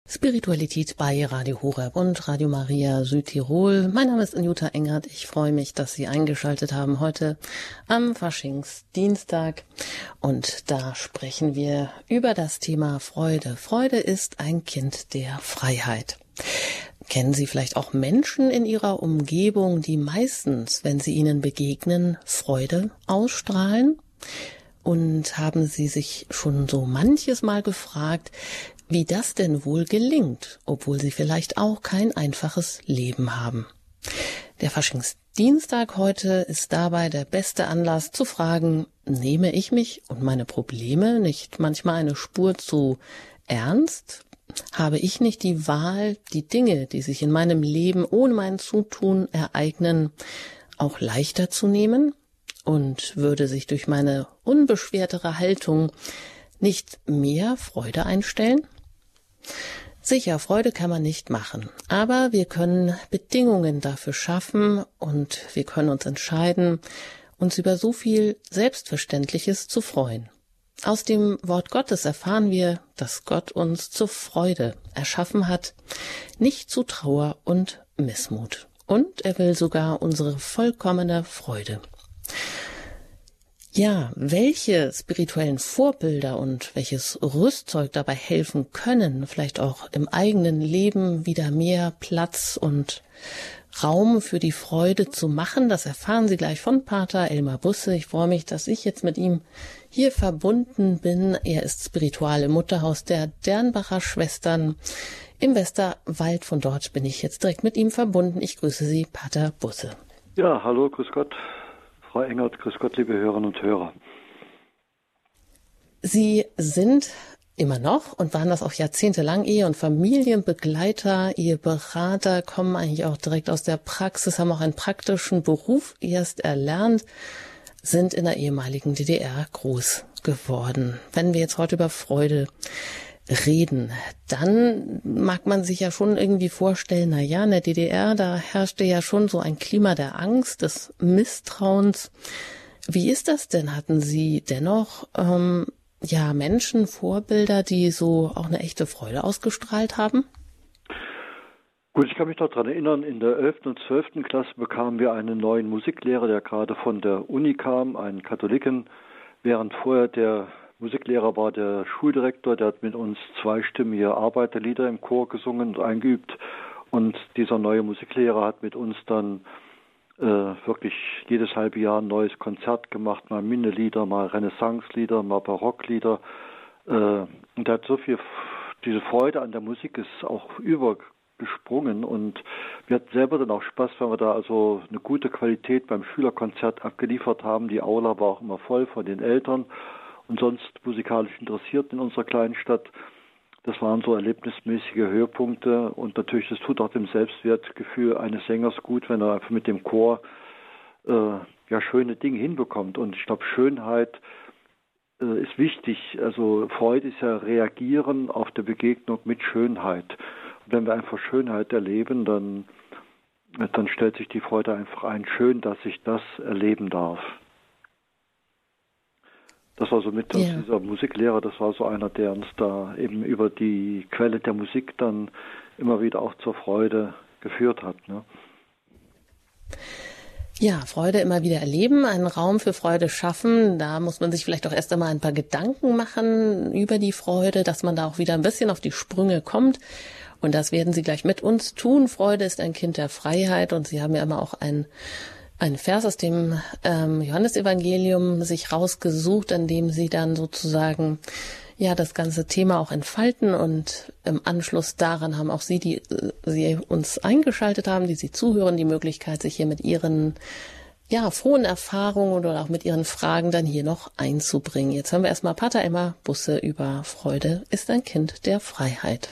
Spiritualität bei Radio Horeb und Radio Maria Südtirol. Mein Name ist Anjuta Engert. Ich freue mich, dass Sie eingeschaltet haben heute am Faschingsdienstag. Und da sprechen wir über das Thema Freude. Freude ist ein Kind der Freiheit. Kennen Sie vielleicht auch Menschen in Ihrer Umgebung, die meistens, wenn Sie ihnen begegnen, Freude ausstrahlen? Und haben Sie sich schon so manches Mal gefragt, wie das denn wohl gelingt, obwohl Sie vielleicht auch kein einfaches Leben haben? Der Faschingsdienstag heute ist dabei der beste Anlass zu fragen, nehme ich mich und meine Probleme nicht manchmal eine Spur zu ernst? Habe ich nicht die Wahl, die Dinge, die sich in meinem Leben ohne mein Zutun ereignen, auch leichter zu nehmen? Und würde sich durch meine unbeschwertere Haltung nicht mehr Freude einstellen? Sicher, Freude kann man nicht machen, aber wir können Bedingungen dafür schaffen und wir können uns entscheiden, uns über so viel Selbstverständliches zu freuen. Aus dem Wort Gottes erfahren wir, dass Gott uns zur Freude erschaffen hat, nicht zu Trauer und Missmut. Und er will sogar unsere vollkommene Freude. Ja, welche spirituellen Vorbilder und welches Rüstzeug dabei helfen können, vielleicht auch im eigenen Leben wieder mehr Platz und Raum für die Freude zu machen, das erfahren Sie gleich von Pater Elmar Busse. Ich freue mich, dass ich jetzt mit ihm hier verbunden bin. Er ist Spiritual im Mutterhaus der Dernbacher Schwestern im Westerwald. Von dort bin ich jetzt direkt mit ihm verbunden. Ich grüße Sie, Pater Busse. Ja, hallo, grüß Gott. Frau Engert, grüß Gott, liebe Hörerinnen und Hörer. Sie sind immer noch und waren das auch jahrzehntelang Ehe- und Familienbegleiter, Eheberater, kommen eigentlich auch direkt aus der Praxis, haben auch einen praktischen Beruf erst erlernt, sind in der ehemaligen DDR groß geworden. Wenn wir jetzt heute über Freude reden, dann mag man sich ja schon irgendwie vorstellen, na ja, in der DDR, da herrschte ja schon so ein Klima der Angst, des Misstrauens. Wie ist das denn? Hatten Sie dennoch Menschen, Vorbilder, die so auch eine echte Freude ausgestrahlt haben? Gut, ich kann mich noch daran erinnern, in der 11. und 12. Klasse bekamen wir einen neuen Musiklehrer, der gerade von der Uni kam, einen Katholiken, während vorher der Musiklehrer war der Schuldirektor, der hat mit uns zweistimmige Arbeiterlieder im Chor gesungen und eingeübt. Und dieser neue Musiklehrer hat mit uns dann wirklich jedes halbe Jahr ein neues Konzert gemacht, mal Minnelieder, mal Renaissance-Lieder, mal Barocklieder. Und er hat so viel, diese Freude an der Musik ist auch übergesprungen und wir hatten selber dann auch Spaß, wenn wir da also eine gute Qualität beim Schülerkonzert abgeliefert haben. Die Aula war auch immer voll von den Eltern und sonst musikalisch interessiert in unserer kleinen Stadt. Das waren so erlebnismäßige Höhepunkte und natürlich, das tut auch dem Selbstwertgefühl eines Sängers gut, wenn er einfach mit dem Chor schöne Dinge hinbekommt. Und ich glaube, Schönheit ist wichtig. Also Freude ist ja Reagieren auf die Begegnung mit Schönheit. Und wenn wir einfach Schönheit erleben, dann stellt sich die Freude einfach ein. Schön, dass ich das erleben darf. Das war so mit dieser Musiklehrer, das war so einer, der uns da eben über die Quelle der Musik dann immer wieder auch zur Freude geführt hat. Ne? Ja, Freude immer wieder erleben, einen Raum für Freude schaffen. Da muss man sich vielleicht auch erst einmal ein paar Gedanken machen über die Freude, dass man da auch wieder ein bisschen auf die Sprünge kommt. Und das werden Sie gleich mit uns tun. Freude ist ein Kind der Freiheit und Sie haben ja immer auch einen Vers aus dem Johannesevangelium sich rausgesucht, an dem Sie dann sozusagen das ganze Thema auch entfalten und im Anschluss daran haben auch Sie, die Sie uns eingeschaltet haben, die Sie zuhören, die Möglichkeit, sich hier mit Ihren frohen Erfahrungen oder auch mit Ihren Fragen dann hier noch einzubringen. Jetzt haben wir erstmal Pater Elmar Busse über Freude ist ein Kind der Freiheit.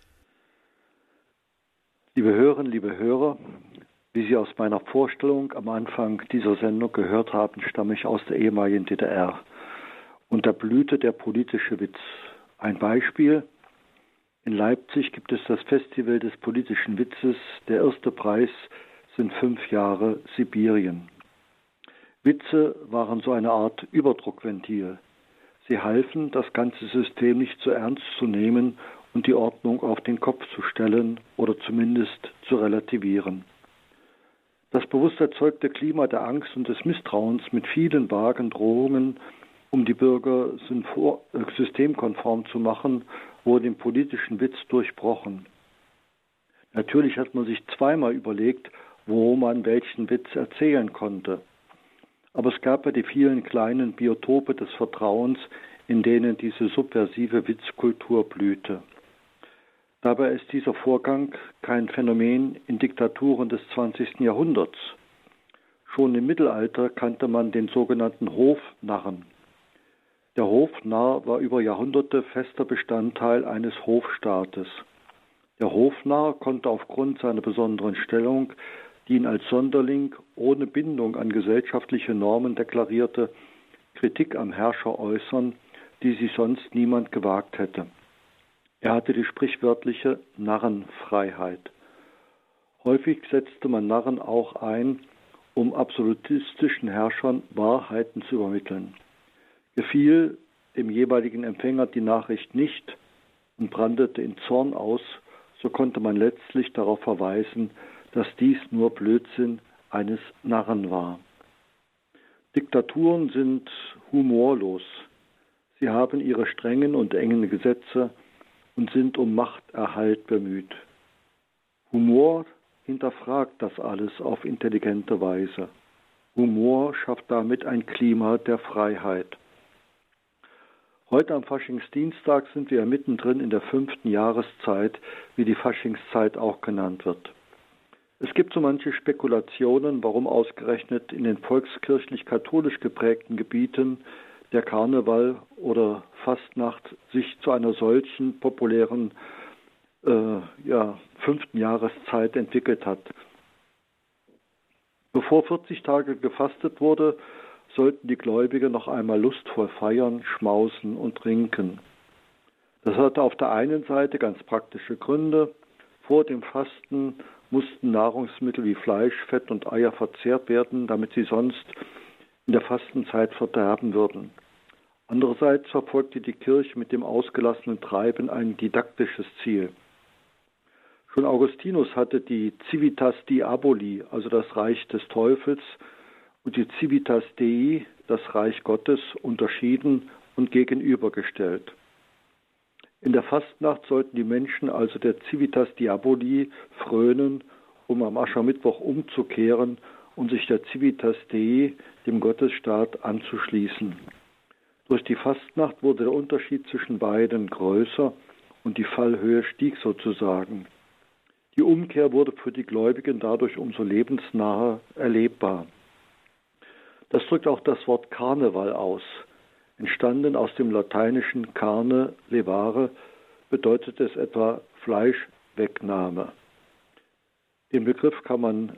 Liebe Hörerinnen, liebe Hörer, wie Sie aus meiner Vorstellung am Anfang dieser Sendung gehört haben, stamme ich aus der ehemaligen DDR. Und da blühte der politische Witz. Ein Beispiel. In Leipzig gibt es das Festival des politischen Witzes. Der erste Preis sind 5 Jahre Sibirien. Witze waren so eine Art Überdruckventil. Sie halfen, das ganze System nicht zu ernst zu nehmen und die Ordnung auf den Kopf zu stellen oder zumindest zu relativieren. Das bewusst erzeugte Klima der Angst und des Misstrauens mit vielen vagen Drohungen, um die Bürger systemkonform zu machen, wurde im politischen Witz durchbrochen. Natürlich hat man sich zweimal überlegt, wo man welchen Witz erzählen konnte. Aber es gab ja die vielen kleinen Biotope des Vertrauens, in denen diese subversive Witzkultur blühte. Dabei ist dieser Vorgang kein Phänomen in Diktaturen des 20. Jahrhunderts. Schon im Mittelalter kannte man den sogenannten Hofnarren. Der Hofnarr war über Jahrhunderte fester Bestandteil eines Hofstaates. Der Hofnarr konnte aufgrund seiner besonderen Stellung, die ihn als Sonderling ohne Bindung an gesellschaftliche Normen deklarierte, Kritik am Herrscher äußern, die sich sonst niemand gewagt hätte. Er hatte die sprichwörtliche Narrenfreiheit. Häufig setzte man Narren auch ein, um absolutistischen Herrschern Wahrheiten zu übermitteln. Gefiel dem jeweiligen Empfänger die Nachricht nicht und brandete in Zorn aus, so konnte man letztlich darauf verweisen, dass dies nur Blödsinn eines Narren war. Diktaturen sind humorlos. Sie haben ihre strengen und engen Gesetze und sind um Machterhalt bemüht. Humor hinterfragt das alles auf intelligente Weise. Humor schafft damit ein Klima der Freiheit. Heute am Faschingsdienstag sind wir mittendrin in der 5. Jahreszeit, wie die Faschingszeit auch genannt wird. Es gibt so manche Spekulationen, warum ausgerechnet in den volkskirchlich-katholisch geprägten Gebieten der Karneval oder Fastnacht sich zu einer solchen populären 5. Jahreszeit entwickelt hat. Bevor 40 Tage gefastet wurde, sollten die Gläubigen noch einmal lustvoll feiern, schmausen und trinken. Das hatte auf der einen Seite ganz praktische Gründe. Vor dem Fasten mussten Nahrungsmittel wie Fleisch, Fett und Eier verzehrt werden, damit sie sonst in der Fastenzeit verderben würden. Andererseits verfolgte die Kirche mit dem ausgelassenen Treiben ein didaktisches Ziel. Schon Augustinus hatte die Civitas Diaboli, also das Reich des Teufels, und die Civitas Dei, das Reich Gottes, unterschieden und gegenübergestellt. In der Fastnacht sollten die Menschen also der Civitas Diaboli frönen, um am Aschermittwoch umzukehren und sich der Civitas Dei, dem Gottesstaat, anzuschließen. Durch die Fastnacht wurde der Unterschied zwischen beiden größer und die Fallhöhe stieg sozusagen. Die Umkehr wurde für die Gläubigen dadurch umso lebensnaher erlebbar. Das drückt auch das Wort Karneval aus. Entstanden aus dem lateinischen carne levare, bedeutet es etwa Fleischwegnahme. Den Begriff kann man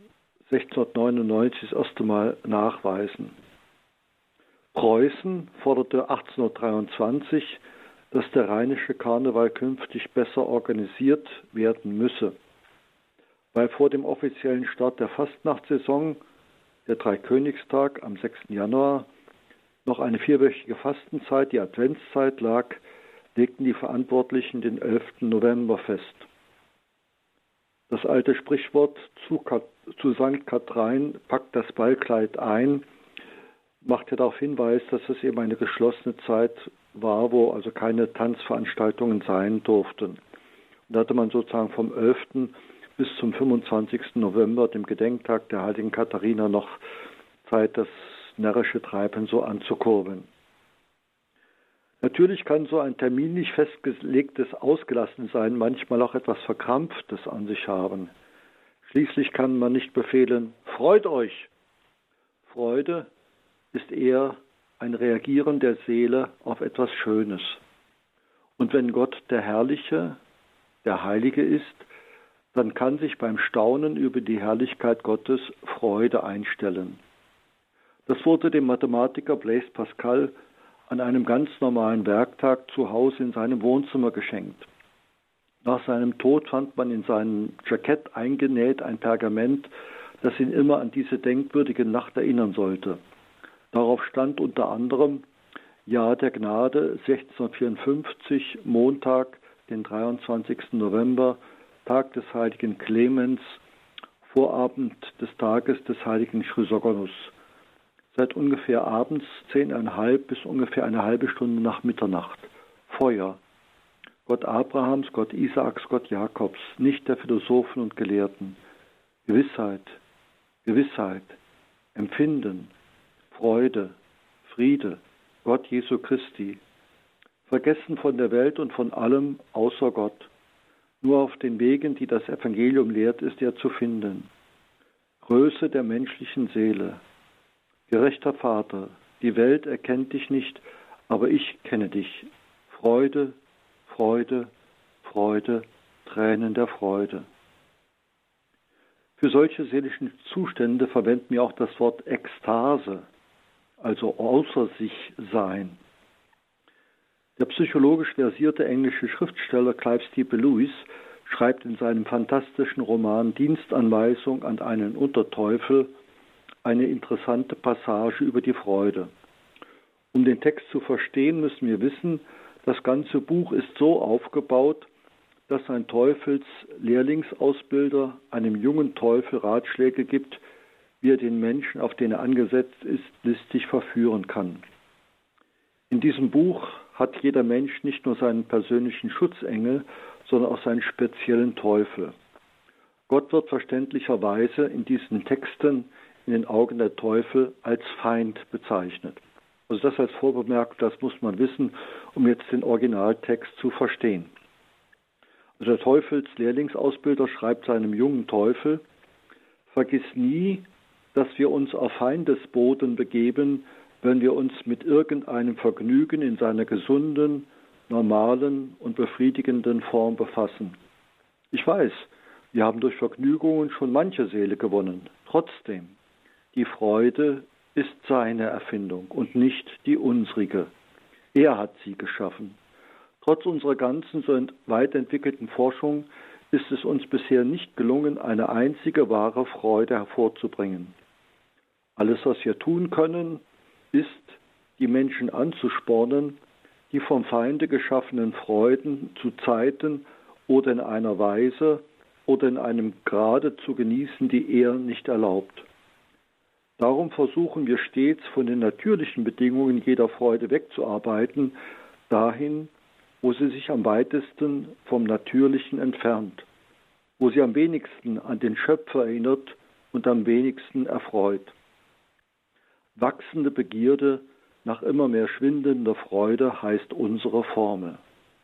1699 das erste Mal nachweisen. Preußen forderte 1823, dass der rheinische Karneval künftig besser organisiert werden müsse. Weil vor dem offiziellen Start der Fastnachtssaison, der Dreikönigstag am 6. Januar, noch eine 4-wöchige Fastenzeit, die Adventszeit, lag, legten die Verantwortlichen den 11. November fest. Das alte Sprichwort zu St. Kathrein packt das Ballkleid ein, macht ja darauf Hinweis, dass es eben eine geschlossene Zeit war, wo also keine Tanzveranstaltungen sein durften. Und da hatte man sozusagen vom 11. bis zum 25. November, dem Gedenktag der heiligen Katharina, noch Zeit, das närrische Treiben so anzukurbeln. Natürlich kann so ein terminlich festgelegtes Ausgelassensein manchmal auch etwas Verkrampftes an sich haben. Schließlich kann man nicht befehlen, freut euch. Freude ist eher ein Reagieren der Seele auf etwas Schönes. Und wenn Gott der Herrliche, der Heilige ist, dann kann sich beim Staunen über die Herrlichkeit Gottes Freude einstellen. Das wurde dem Mathematiker Blaise Pascal an einem ganz normalen Werktag zu Hause in seinem Wohnzimmer geschenkt. Nach seinem Tod fand man in seinem Jackett eingenäht ein Pergament, das ihn immer an diese denkwürdige Nacht erinnern sollte. Darauf stand unter anderem: Jahr der Gnade 1654, Montag, den 23. November, Tag des heiligen Clemens, Vorabend des Tages des heiligen Chrysogonus. Seit ungefähr abends 10:30 bis ungefähr eine halbe Stunde nach Mitternacht. Feuer. Gott Abrahams, Gott Isaaks, Gott Jakobs, nicht der Philosophen und Gelehrten. Gewissheit, Gewissheit, Empfinden, Freude, Friede, Gott Jesu Christi. Vergessen von der Welt und von allem außer Gott. Nur auf den Wegen, die das Evangelium lehrt, ist er zu finden. Größe der menschlichen Seele. Gerechter Vater, die Welt erkennt dich nicht, aber ich kenne dich. Freude, Freude, Freude, Tränen der Freude. Für solche seelischen Zustände verwenden wir auch das Wort Ekstase, also außer sich sein. Der psychologisch versierte englische Schriftsteller Clive Steeple Lewis schreibt in seinem fantastischen Roman Dienstanweisung an einen Unterteufel eine interessante Passage über die Freude. Um den Text zu verstehen, müssen wir wissen, das ganze Buch ist so aufgebaut, dass ein Teufels-Lehrlingsausbilder einem jungen Teufel Ratschläge gibt, wie er den Menschen, auf den er angesetzt ist, listig verführen kann. In diesem Buch hat jeder Mensch nicht nur seinen persönlichen Schutzengel, sondern auch seinen speziellen Teufel. Gott wird verständlicherweise in diesen Texten in den Augen der Teufel als Feind bezeichnet. Also das als Vorbemerkung, das muss man wissen, um jetzt den Originaltext zu verstehen. Also der Teufels-Lehrlingsausbilder schreibt seinem jungen Teufel: Vergiss nie, dass wir uns auf Feindesboden begeben, wenn wir uns mit irgendeinem Vergnügen in seiner gesunden, normalen und befriedigenden Form befassen. Ich weiß, wir haben durch Vergnügungen schon manche Seele gewonnen. Trotzdem, die Freude ist seine Erfindung und nicht die unsrige. Er hat sie geschaffen. Trotz unserer ganzen so weit entwickelten Forschung ist es uns bisher nicht gelungen, eine einzige wahre Freude hervorzubringen. Alles, was wir tun können, ist, die Menschen anzuspornen, die vom Feinde geschaffenen Freuden zu Zeiten oder in einer Weise oder in einem Grade zu genießen, die er nicht erlaubt. Darum versuchen wir stets, von den natürlichen Bedingungen jeder Freude wegzuarbeiten, dahin, wo sie sich am weitesten vom Natürlichen entfernt, wo sie am wenigsten an den Schöpfer erinnert und am wenigsten erfreut. Wachsende Begierde nach immer mehr schwindender Freude heißt unsere Formel.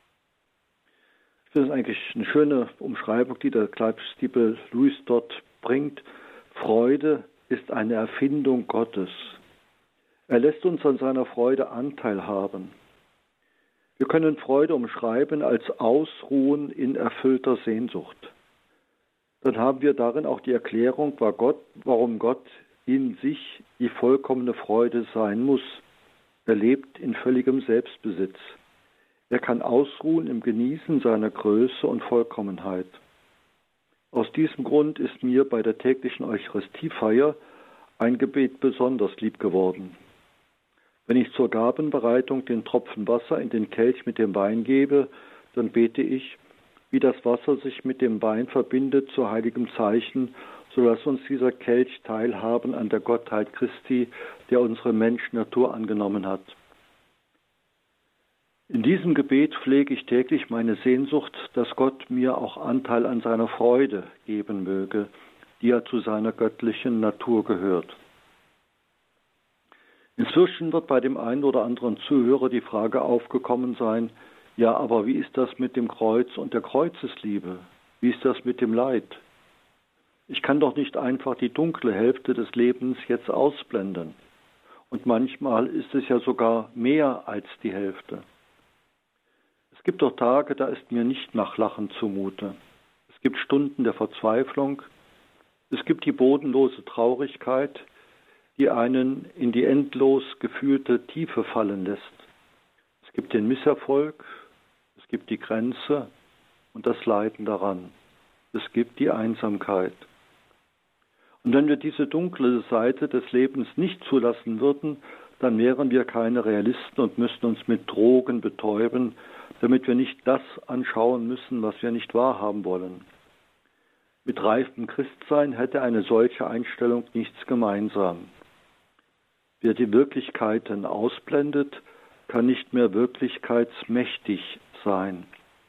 Ich finde es eigentlich eine schöne Umschreibung, die der Clive Steeple Lewis dort bringt. Freude ist eine Erfindung Gottes. Er lässt uns an seiner Freude Anteil haben. Wir können Freude umschreiben als Ausruhen in erfüllter Sehnsucht. Dann haben wir darin auch die Erklärung, warum Gott in sich die vollkommene Freude sein muss. Er lebt in völligem Selbstbesitz. Er kann ausruhen im Genießen seiner Größe und Vollkommenheit. Aus diesem Grund ist mir bei der täglichen Eucharistiefeier ein Gebet besonders lieb geworden. Wenn ich zur Gabenbereitung den Tropfen Wasser in den Kelch mit dem Wein gebe, dann bete ich, wie das Wasser sich mit dem Wein verbindet zu heiligem Zeichen, so lass uns dieser Kelch teilhaben an der Gottheit Christi, der unsere Menschnatur angenommen hat. In diesem Gebet pflege ich täglich meine Sehnsucht, dass Gott mir auch Anteil an seiner Freude geben möge, die ja zu seiner göttlichen Natur gehört. Inzwischen wird bei dem einen oder anderen Zuhörer die Frage aufgekommen sein, ja, aber wie ist das mit dem Kreuz und der Kreuzesliebe? Wie ist das mit dem Leid? Ich kann doch nicht einfach die dunkle Hälfte des Lebens jetzt ausblenden. Und manchmal ist es ja sogar mehr als die Hälfte. Es gibt doch Tage, da ist mir nicht nach Lachen zumute. Es gibt Stunden der Verzweiflung. Es gibt die bodenlose Traurigkeit, die einen in die endlos gefühlte Tiefe fallen lässt. Es gibt den Misserfolg, es gibt die Grenze und das Leiden daran. Es gibt die Einsamkeit. Und wenn wir diese dunkle Seite des Lebens nicht zulassen würden, dann wären wir keine Realisten und müssten uns mit Drogen betäuben, damit wir nicht das anschauen müssen, was wir nicht wahrhaben wollen. Mit reifem Christsein hätte eine solche Einstellung nichts gemeinsam. Wer die Wirklichkeiten ausblendet, kann nicht mehr wirklichkeitsmächtig sein.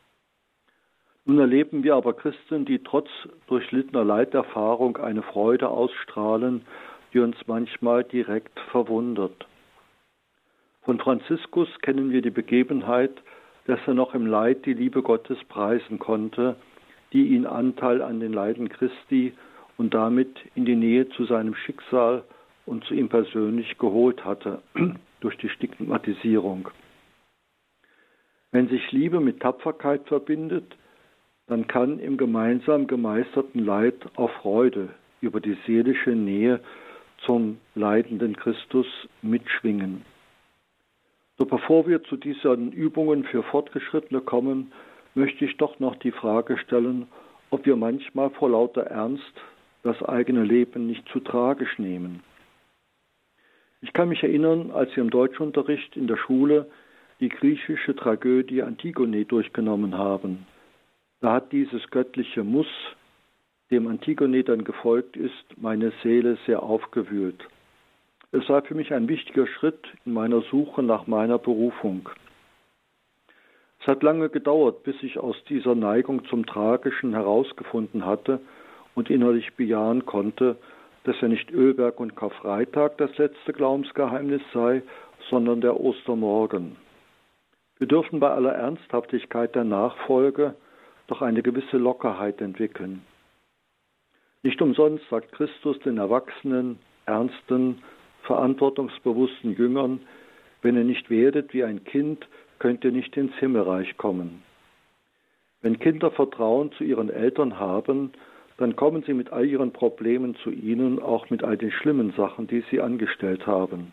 Nun erleben wir aber Christen, die trotz durchlittener Leiterfahrung eine Freude ausstrahlen, die uns manchmal direkt verwundert. Von Franziskus kennen wir die Begebenheit, dass er noch im Leid die Liebe Gottes preisen konnte, die ihn Anteil an den Leiden Christi und damit in die Nähe zu seinem Schicksal und zu ihm persönlich geholt hatte, durch die Stigmatisierung. Wenn sich Liebe mit Tapferkeit verbindet, dann kann im gemeinsam gemeisterten Leid auch Freude über die seelische Nähe zum leidenden Christus mitschwingen. Doch bevor wir zu diesen Übungen für Fortgeschrittene kommen, möchte ich doch noch die Frage stellen, ob wir manchmal vor lauter Ernst das eigene Leben nicht zu tragisch nehmen. Ich kann mich erinnern, als wir im Deutschunterricht in der Schule die griechische Tragödie Antigone durchgenommen haben. Da hat dieses göttliche Muss, dem Antigone dann gefolgt ist, meine Seele sehr aufgewühlt. Es war für mich ein wichtiger Schritt in meiner Suche nach meiner Berufung. Es hat lange gedauert, bis ich aus dieser Neigung zum Tragischen herausgefunden hatte und innerlich bejahen konnte, dass ja nicht Ölberg und Karfreitag das letzte Glaubensgeheimnis sei, sondern der Ostermorgen. Wir dürfen bei aller Ernsthaftigkeit der Nachfolge doch eine gewisse Lockerheit entwickeln. Nicht umsonst sagt Christus den erwachsenen, ernsten, verantwortungsbewussten Jüngern, wenn ihr nicht werdet wie ein Kind, könnt ihr nicht ins Himmelreich kommen. Wenn Kinder Vertrauen zu ihren Eltern haben, dann kommen sie mit all ihren Problemen zu ihnen, auch mit all den schlimmen Sachen, die sie angestellt haben.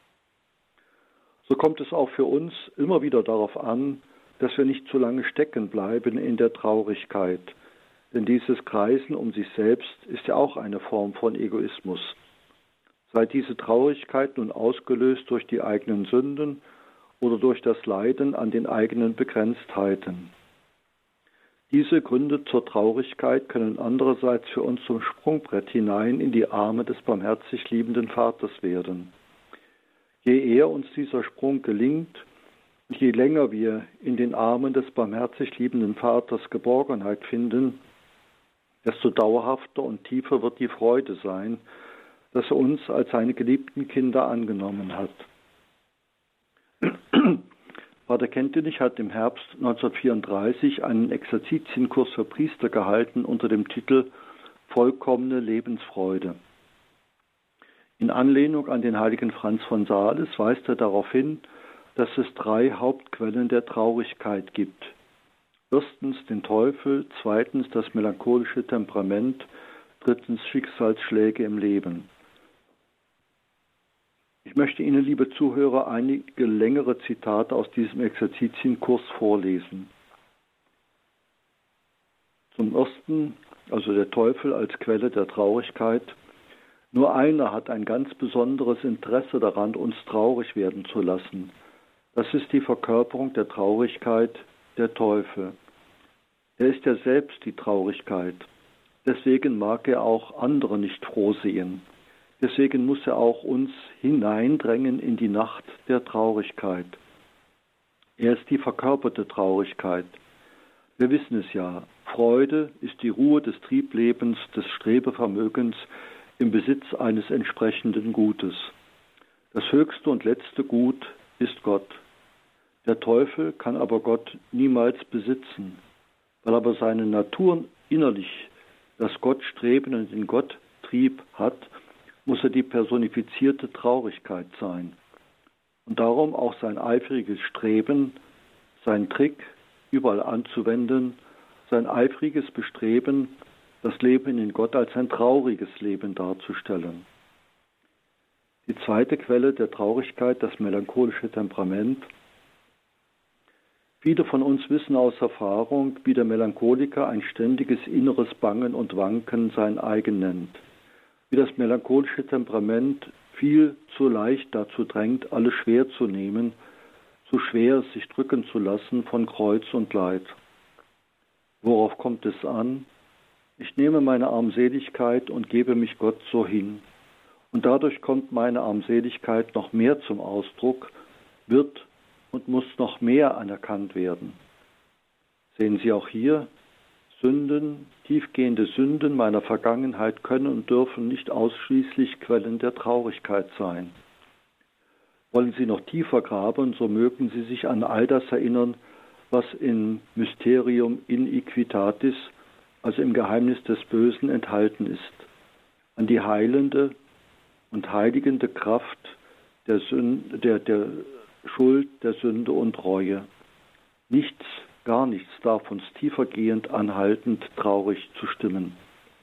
So kommt es auch für uns immer wieder darauf an, dass wir nicht zu lange stecken bleiben in der Traurigkeit. Denn dieses Kreisen um sich selbst ist ja auch eine Form von Egoismus. Sei diese Traurigkeit nun ausgelöst durch die eigenen Sünden oder durch das Leiden an den eigenen Begrenztheiten. Diese Gründe zur Traurigkeit können andererseits für uns zum Sprungbrett hinein in die Arme des barmherzig liebenden Vaters werden. Je eher uns dieser Sprung gelingt, je länger wir in den Armen des barmherzig liebenden Vaters Geborgenheit finden, desto dauerhafter und tiefer wird die Freude sein, dass er uns als seine geliebten Kinder angenommen hat. Pater Kentenich hat im Herbst 1934 einen Exerzitienkurs für Priester gehalten unter dem Titel Vollkommene Lebensfreude. In Anlehnung an den heiligen Franz von Sales weist er darauf hin, dass es 3 Hauptquellen der Traurigkeit gibt. Erstens den Teufel, zweitens das melancholische Temperament, drittens Schicksalsschläge im Leben. Ich möchte Ihnen, liebe Zuhörer, einige längere Zitate aus diesem Exerzitienkurs vorlesen. Zum ersten, also der Teufel als Quelle der Traurigkeit. Nur einer hat ein ganz besonderes Interesse daran, uns traurig werden zu lassen. Das ist die Verkörperung der Traurigkeit, der Teufel. Er ist ja selbst die Traurigkeit. Deswegen mag er auch andere nicht froh sehen. Deswegen muss er auch uns hineindrängen in die Nacht der Traurigkeit. Er ist die verkörperte Traurigkeit. Wir wissen es ja, Freude ist die Ruhe des Trieblebens, des Strebevermögens im Besitz eines entsprechenden Gutes. Das höchste und letzte Gut ist Gott. Der Teufel kann aber Gott niemals besitzen, weil aber seine Natur innerlich das Gottstreben und den Gotttrieb hat, muss er die personifizierte Traurigkeit sein. Und darum auch sein eifriges Streben, sein Trick überall anzuwenden, sein eifriges Bestreben, das Leben in Gott als ein trauriges Leben darzustellen. Die zweite Quelle der Traurigkeit, das melancholische Temperament. Viele von uns wissen aus Erfahrung, wie der Melancholiker ein ständiges inneres Bangen und Wanken sein eigen nennt. Wie das melancholische Temperament viel zu leicht dazu drängt, alles schwer zu nehmen, zu schwer, sich drücken zu lassen von Kreuz und Leid. Worauf kommt es an? Ich nehme meine Armseligkeit und gebe mich Gott so hin. Und dadurch kommt meine Armseligkeit noch mehr zum Ausdruck, wird und muss noch mehr anerkannt werden. Sehen Sie auch hier, Sünden, tiefgehende Sünden meiner Vergangenheit können und dürfen nicht ausschließlich Quellen der Traurigkeit sein. Wollen Sie noch tiefer graben, so mögen Sie sich an all das erinnern, was im Mysterium Iniquitatis, also im Geheimnis des Bösen, enthalten ist, an die heilende und heiligende Kraft der Schuld, der Sünde und Reue. Nichts, gar nichts darf uns tiefergehend, anhaltend, traurig zu stimmen.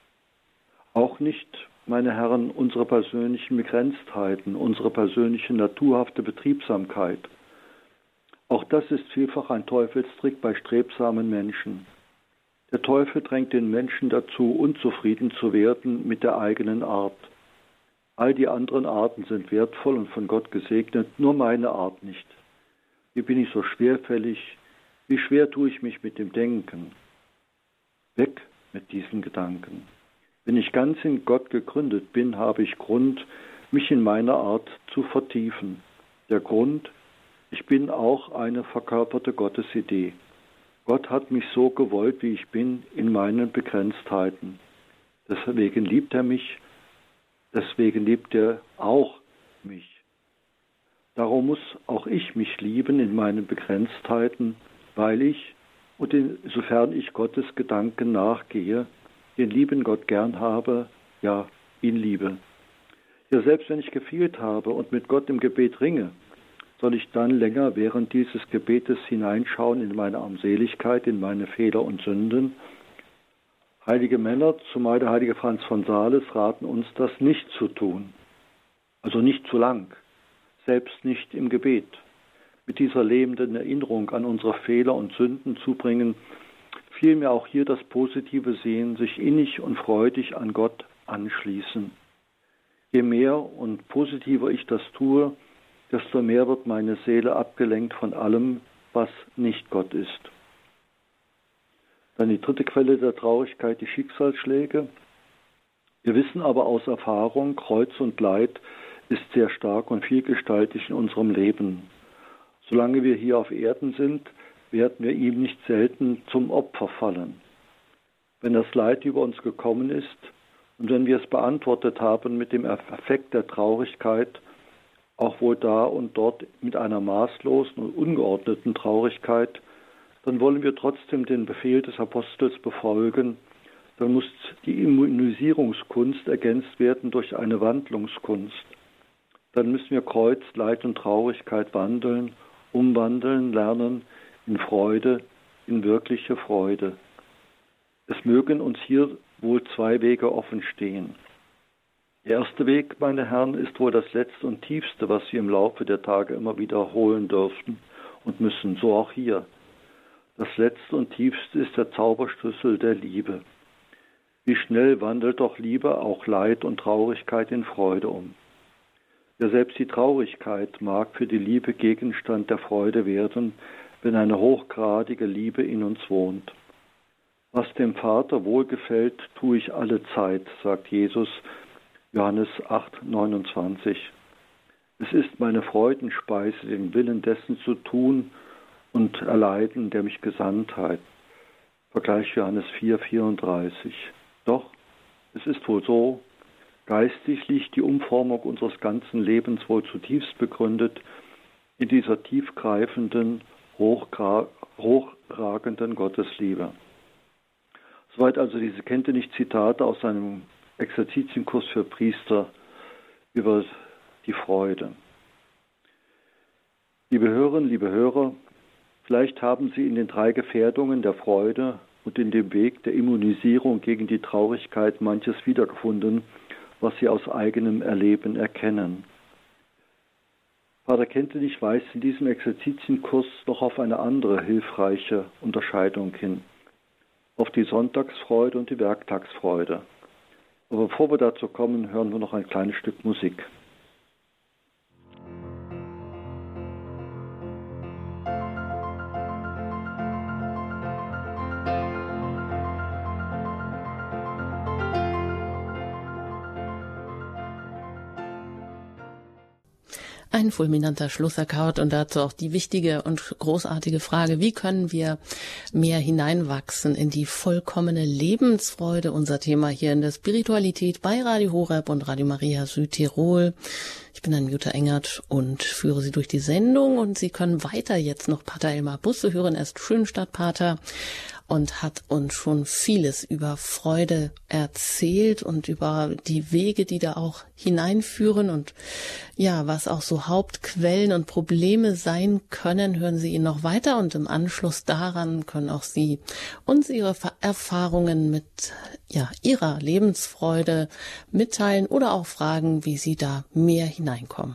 Auch nicht, meine Herren, unsere persönlichen Begrenztheiten, unsere persönliche naturhafte Betriebsamkeit. Auch das ist vielfach ein Teufelstrick bei strebsamen Menschen. Der Teufel drängt den Menschen dazu, unzufrieden zu werden mit der eigenen Art. All die anderen Arten sind wertvoll und von Gott gesegnet, nur meine Art nicht. Wie bin ich so schwerfällig? Wie schwer tue ich mich mit dem Denken? Weg mit diesen Gedanken. Wenn ich ganz in Gott gegründet bin, habe ich Grund, mich in meiner Art zu vertiefen. Der Grund: Ich bin auch eine verkörperte Gottesidee. Gott hat mich so gewollt, wie ich bin, in meinen Begrenztheiten. Deswegen liebt er mich, deswegen liebt er auch mich. Darum muss auch ich mich lieben in meinen Begrenztheiten, weil ich, und insofern ich Gottes Gedanken nachgehe, den lieben Gott gern habe, ja, ihn liebe. Ja, selbst wenn ich gefehlt habe und mit Gott im Gebet ringe, soll ich dann länger während dieses Gebetes hineinschauen in meine Armseligkeit, in meine Fehler und Sünden? Heilige Männer, zumal der heilige Franz von Sales, raten uns, das nicht zu tun. Also nicht zu lang, selbst nicht im Gebet. Mit dieser lebenden Erinnerung an unsere Fehler und Sünden zubringen, vielmehr auch hier das Positive sehen, sich innig und freudig an Gott anschließen. Je mehr und positiver ich das tue, desto mehr wird meine Seele abgelenkt von allem, was nicht Gott ist. Dann die dritte Quelle der Traurigkeit, die Schicksalsschläge. Wir wissen aber aus Erfahrung, Kreuz und Leid ist sehr stark und vielgestaltig in unserem Leben. Solange wir hier auf Erden sind, werden wir ihm nicht selten zum Opfer fallen. Wenn das Leid über uns gekommen ist und wenn wir es beantwortet haben mit dem Affekt der Traurigkeit, auch wohl da und dort mit einer maßlosen und ungeordneten Traurigkeit, dann wollen wir trotzdem den Befehl des Apostels befolgen. Dann muss die Immunisierungskunst ergänzt werden durch eine Wandlungskunst. Dann müssen wir Kreuz, Leid und Traurigkeit umwandeln lernen in Freude, in wirkliche Freude. Es mögen uns hier wohl zwei Wege offen stehen. Der erste Weg, meine Herren, ist wohl das letzte und tiefste, was wir im Laufe der Tage immer wiederholen dürfen und müssen, so auch hier. Das letzte und tiefste ist der Zauberschlüssel der Liebe. Wie schnell wandelt doch Liebe auch Leid und Traurigkeit in Freude um. Ja, selbst die Traurigkeit mag für die Liebe Gegenstand der Freude werden, wenn eine hochgradige Liebe in uns wohnt. Was dem Vater wohlgefällt, tue ich alle Zeit, sagt Jesus, Johannes 8,29. Es ist meine Freudenspeise, den Willen dessen zu tun und erleiden, der mich gesandt hat. Vergleich Johannes 4,34. Doch, es ist wohl so, geistig liegt die Umformung unseres ganzen Lebens wohl zutiefst begründet in dieser tiefgreifenden, hochragenden Gottesliebe. Soweit also diese Kenntnis-Zitate aus einem Exerzitienkurs für Priester über die Freude. Liebe Hörerinnen, liebe Hörer, vielleicht haben Sie in den 3 Gefährdungen der Freude und in dem Weg der Immunisierung gegen die Traurigkeit manches wiedergefunden, was Sie aus eigenem Erleben erkennen. Pater Kentenich weist in diesem Exerzitienkurs noch auf eine andere hilfreiche Unterscheidung hin, auf die Sonntagsfreude und die Werktagsfreude. Aber bevor wir dazu kommen, hören wir noch ein kleines Stück Musik. Ein fulminanter Schlussakkord und dazu auch die wichtige und großartige Frage, wie können wir mehr hineinwachsen in die vollkommene Lebensfreude? Unser Thema hier in der Spiritualität bei Radio Horeb und Radio Maria Südtirol. Ich bin Jutta Engert und führe Sie durch die Sendung und Sie können weiter jetzt noch Pater Elmar Busse hören. Er ist Schönstadtpater und hat uns schon vieles über Freude erzählt und über die Wege, die da auch hineinführen und ja, was auch so Hauptquellen und Probleme sein können, hören Sie ihn noch weiter und im Anschluss daran können auch Sie uns Ihre Erfahrungen mit Ihrer Lebensfreude mitteilen oder auch fragen, wie Sie da mehr hineinkommen.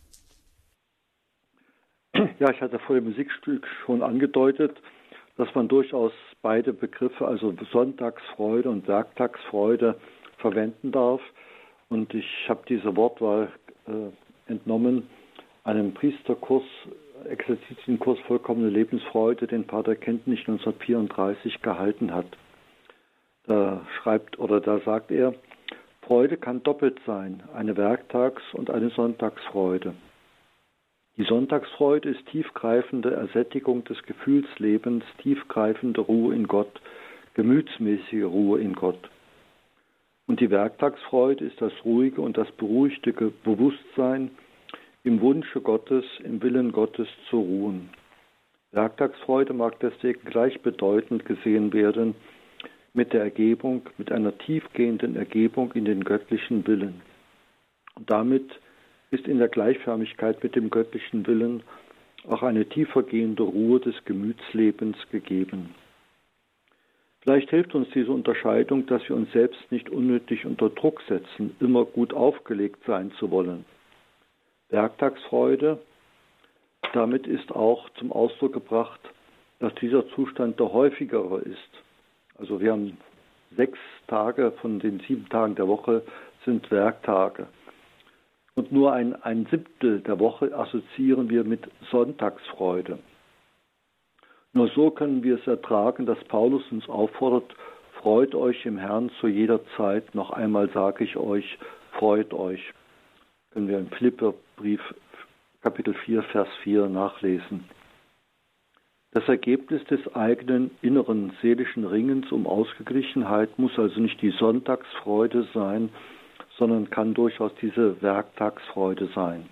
Ja, ich hatte vor dem Musikstück schon angedeutet, dass man durchaus beide Begriffe, also Sonntagsfreude und Werktagsfreude, verwenden darf. Und ich habe diese Wortwahl entnommen einem Priesterkurs, Exerzitienkurs Vollkommene Lebensfreude, den Pater Kentenich 1934 gehalten hat. Da sagt er, Freude kann doppelt sein, eine Werktags- und eine Sonntagsfreude. Die Sonntagsfreude ist tiefgreifende Ersättigung des Gefühlslebens, tiefgreifende Ruhe in Gott, gemütsmäßige Ruhe in Gott. Und die Werktagsfreude ist das ruhige und das beruhigte Bewusstsein, im Wunsche Gottes, im Willen Gottes zu ruhen. Werktagsfreude mag deswegen gleichbedeutend gesehen werden mit der Ergebung, mit einer tiefgehenden Ergebung in den göttlichen Willen. Und damit ist in der Gleichförmigkeit mit dem göttlichen Willen auch eine tiefergehende Ruhe des Gemütslebens gegeben. Vielleicht hilft uns diese Unterscheidung, dass wir uns selbst nicht unnötig unter Druck setzen, immer gut aufgelegt sein zu wollen. Werktagsfreude, damit ist auch zum Ausdruck gebracht, dass dieser Zustand der häufigere ist. Also wir haben 6 Tage von den 7 Tagen der Woche sind Werktage. Und nur ein Siebtel der Woche assoziieren wir mit Sonntagsfreude. Nur so können wir es ertragen, dass Paulus uns auffordert, freut euch im Herrn zu jeder Zeit. Noch einmal sage ich euch, freut euch. Können wir im Philipperbrief Kapitel 4, Vers 4 nachlesen. Das Ergebnis des eigenen inneren seelischen Ringens um Ausgeglichenheit muss also nicht die Sonntagsfreude sein, sondern kann durchaus diese Werktagsfreude sein.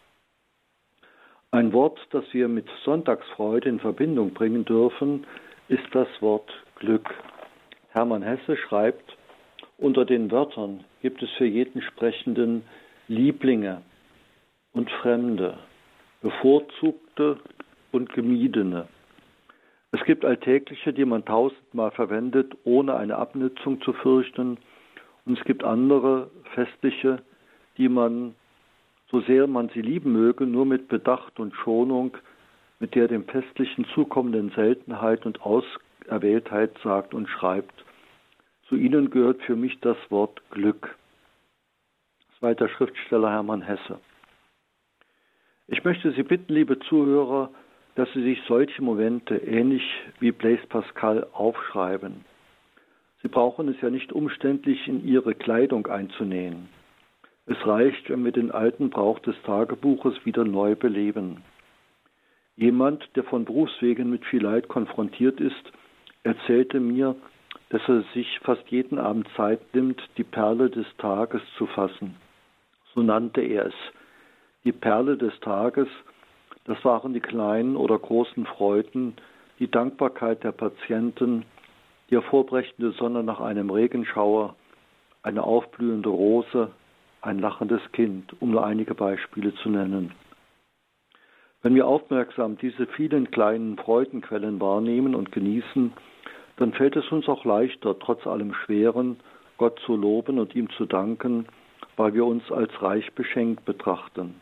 Ein Wort, das wir mit Sonntagsfreude in Verbindung bringen dürfen, ist das Wort Glück. Hermann Hesse schreibt, unter den Wörtern gibt es für jeden Sprechenden Lieblinge und Fremde, bevorzugte und gemiedene. Es gibt alltägliche, die man 1000-mal verwendet, ohne eine Abnützung zu fürchten. Und es gibt andere festliche, die man, so sehr man sie lieben möge, nur mit Bedacht und Schonung, mit der dem Festlichen zukommenden Seltenheit und Auserwähltheit sagt und schreibt. Zu ihnen gehört für mich das Wort Glück. Zweiter Schriftsteller Hermann Hesse. Ich möchte Sie bitten, liebe Zuhörer, dass Sie sich solche Momente ähnlich wie Blaise Pascal aufschreiben. Sie brauchen es ja nicht umständlich in Ihre Kleidung einzunähen. Es reicht, wenn wir den alten Brauch des Tagebuches wieder neu beleben. Jemand, der von Berufswegen mit viel Leid konfrontiert ist, erzählte mir, dass er sich fast jeden Abend Zeit nimmt, die Perle des Tages zu fassen. So nannte er es. Die Perle des Tages, das waren die kleinen oder großen Freuden, die Dankbarkeit der Patienten, die hervorbrechende Sonne nach einem Regenschauer, eine aufblühende Rose, ein lachendes Kind, um nur einige Beispiele zu nennen. Wenn wir aufmerksam diese vielen kleinen Freudenquellen wahrnehmen und genießen, dann fällt es uns auch leichter, trotz allem Schweren, Gott zu loben und ihm zu danken, weil wir uns als reich beschenkt betrachten.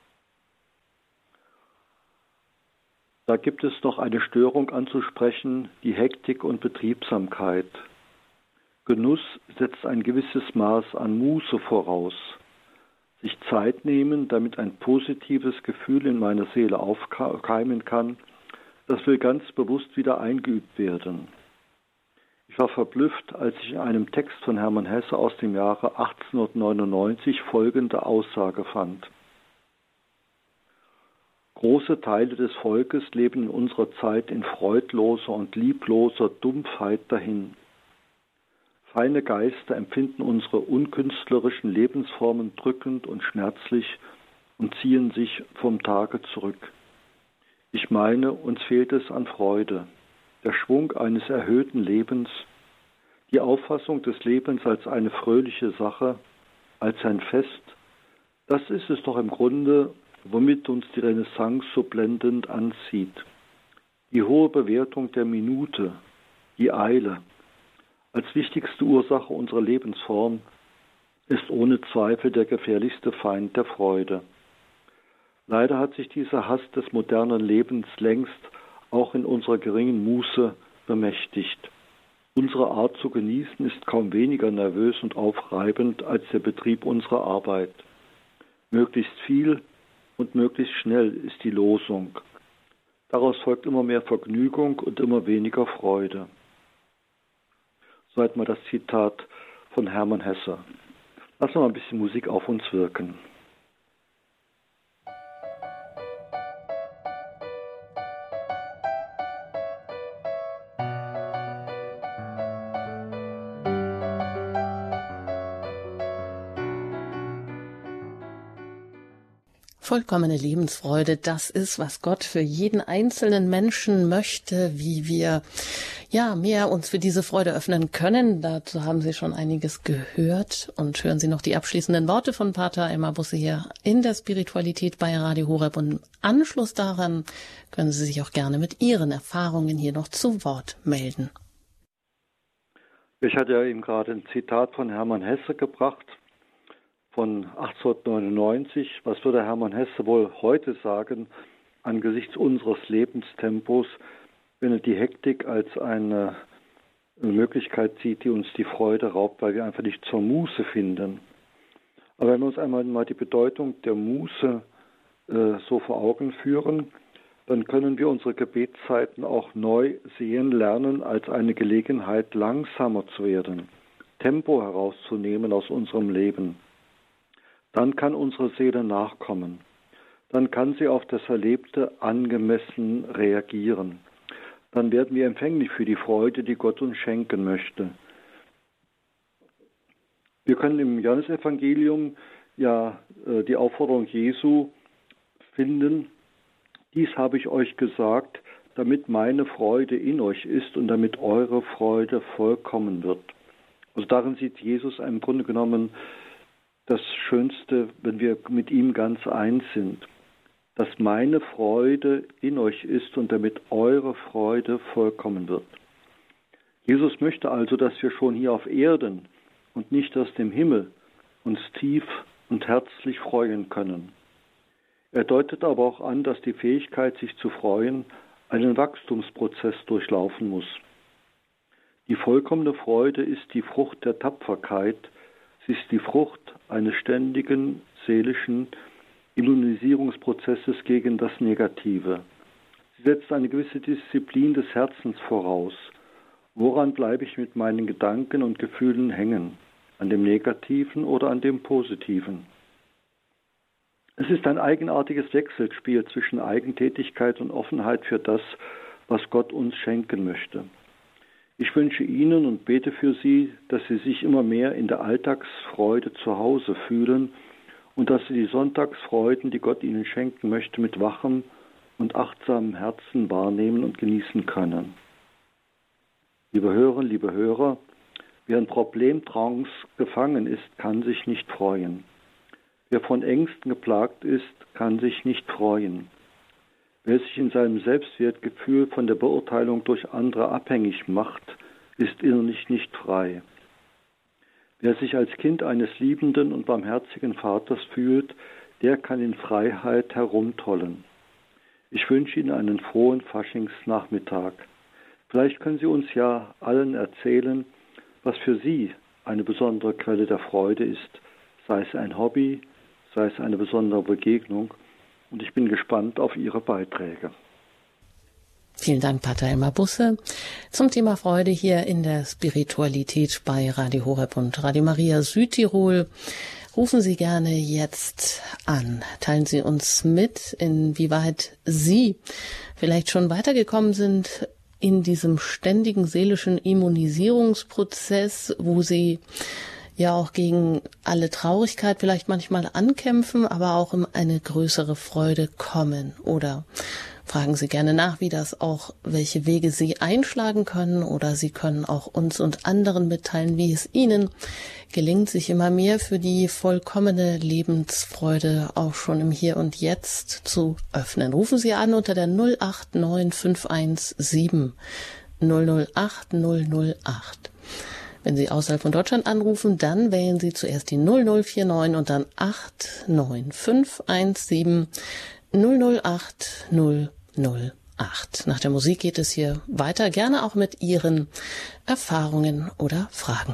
Da gibt es noch eine Störung anzusprechen, die Hektik und Betriebsamkeit. Genuss setzt ein gewisses Maß an Muße voraus. Sich Zeit nehmen, damit ein positives Gefühl in meiner Seele aufkeimen kann, das will ganz bewusst wieder eingeübt werden. Ich war verblüfft, als ich in einem Text von Hermann Hesse aus dem Jahre 1899 folgende Aussage fand. Große Teile des Volkes leben in unserer Zeit in freudloser und liebloser Dumpfheit dahin. Feine Geister empfinden unsere unkünstlerischen Lebensformen drückend und schmerzlich und ziehen sich vom Tage zurück. Ich meine, uns fehlt es an Freude, der Schwung eines erhöhten Lebens, die Auffassung des Lebens als eine fröhliche Sache, als ein Fest. Das ist es doch im Grunde, womit uns die Renaissance so blendend anzieht. Die hohe Bewertung der Minute, die Eile, als wichtigste Ursache unserer Lebensform, ist ohne Zweifel der gefährlichste Feind der Freude. Leider hat sich dieser Hass des modernen Lebens längst auch in unserer geringen Muße bemächtigt. Unsere Art zu genießen ist kaum weniger nervös und aufreibend als der Betrieb unserer Arbeit. Möglichst viel und möglichst schnell ist die Losung. Daraus folgt immer mehr Vergnügung und immer weniger Freude. Soweit mal das Zitat von Hermann Hesse. Lassen wir mal ein bisschen Musik auf uns wirken. Vollkommene Lebensfreude, das ist, was Gott für jeden einzelnen Menschen möchte, wie wir mehr uns für diese Freude öffnen können. Dazu haben Sie schon einiges gehört und hören Sie noch die abschließenden Worte von Pater Elmar Busse hier in der Spiritualität bei Radio Horeb. Und im Anschluss daran können Sie sich auch gerne mit Ihren Erfahrungen hier noch zu Wort melden. Ich hatte ja eben gerade ein Zitat von Hermann Hesse gebracht, von 1899. Was würde Hermann Hesse wohl heute sagen, angesichts unseres Lebenstempos, wenn er die Hektik als eine Möglichkeit sieht, die uns die Freude raubt, weil wir einfach nicht zur Muße finden. Aber wenn wir uns einmal die Bedeutung der Muße so vor Augen führen, dann können wir unsere Gebetszeiten auch neu sehen lernen als eine Gelegenheit, langsamer zu werden, Tempo herauszunehmen aus unserem Leben. Dann kann unsere Seele nachkommen. Dann kann sie auf das Erlebte angemessen reagieren. Dann werden wir empfänglich für die Freude, die Gott uns schenken möchte. Wir können im Johannesevangelium die Aufforderung Jesu finden: Dies habe ich euch gesagt, damit meine Freude in euch ist und damit eure Freude vollkommen wird. Also darin sieht Jesus im Grunde genommen das Schönste, wenn wir mit ihm ganz eins sind, dass meine Freude in euch ist und damit eure Freude vollkommen wird. Jesus möchte also, dass wir schon hier auf Erden und nicht aus dem Himmel uns tief und herzlich freuen können. Er deutet aber auch an, dass die Fähigkeit, sich zu freuen, einen Wachstumsprozess durchlaufen muss. Die vollkommene Freude ist die Frucht der Tapferkeit. Sie ist die Frucht eines ständigen seelischen Immunisierungsprozesses gegen das Negative. Sie setzt eine gewisse Disziplin des Herzens voraus. Woran bleibe ich mit meinen Gedanken und Gefühlen hängen? An dem Negativen oder an dem Positiven? Es ist ein eigenartiges Wechselspiel zwischen Eigentätigkeit und Offenheit für das, was Gott uns schenken möchte. Ich wünsche Ihnen und bete für Sie, dass Sie sich immer mehr in der Alltagsfreude zu Hause fühlen und dass Sie die Sonntagsfreuden, die Gott Ihnen schenken möchte, mit wachem und achtsamem Herzen wahrnehmen und genießen können. Liebe Hörerinnen, liebe Hörer, wer in Problemtrance gefangen ist, kann sich nicht freuen. Wer von Ängsten geplagt ist, kann sich nicht freuen. Wer sich in seinem Selbstwertgefühl von der Beurteilung durch andere abhängig macht, ist innerlich nicht frei. Wer sich als Kind eines liebenden und barmherzigen Vaters fühlt, der kann in Freiheit herumtollen. Ich wünsche Ihnen einen frohen Faschingsnachmittag. Vielleicht können Sie uns ja allen erzählen, was für Sie eine besondere Quelle der Freude ist, sei es ein Hobby, sei es eine besondere Begegnung. Und ich bin gespannt auf Ihre Beiträge. Vielen Dank, Pater Elmar Busse, zum Thema Freude hier in der Spiritualität bei Radio Horeb und Radio Maria Südtirol. rufen Sie gerne jetzt an. Teilen Sie uns mit, inwieweit Sie vielleicht schon weitergekommen sind in diesem ständigen seelischen Immunisierungsprozess, wo Sie ja auch gegen alle Traurigkeit vielleicht manchmal ankämpfen, aber auch um eine größere Freude kommen. Oder fragen Sie gerne nach, wie das auch, welche Wege Sie einschlagen können, oder Sie können auch uns und anderen mitteilen, wie es Ihnen gelingt, sich immer mehr für die vollkommene Lebensfreude auch schon im Hier und Jetzt zu öffnen. Rufen Sie an unter der 089 517 008 008. Wenn Sie außerhalb von Deutschland anrufen, dann wählen Sie zuerst die 0049 und dann 89517 008 008. Nach der Musik geht es hier weiter, gerne auch mit Ihren Erfahrungen oder Fragen.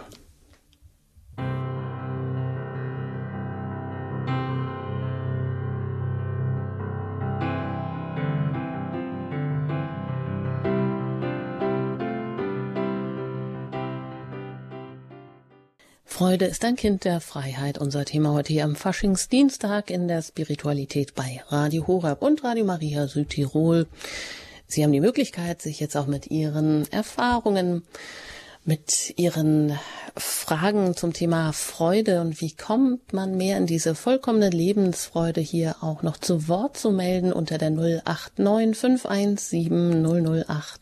Freude ist ein Kind der Freiheit. Unser Thema heute hier am Faschingsdienstag in der Spiritualität bei Radio Horeb und Radio Maria Südtirol. Sie haben die Möglichkeit, sich jetzt auch mit Ihren Erfahrungen, mit Ihren Fragen zum Thema Freude und wie kommt man mehr in diese vollkommene Lebensfreude hier auch noch zu Wort zu melden unter der 089 517 008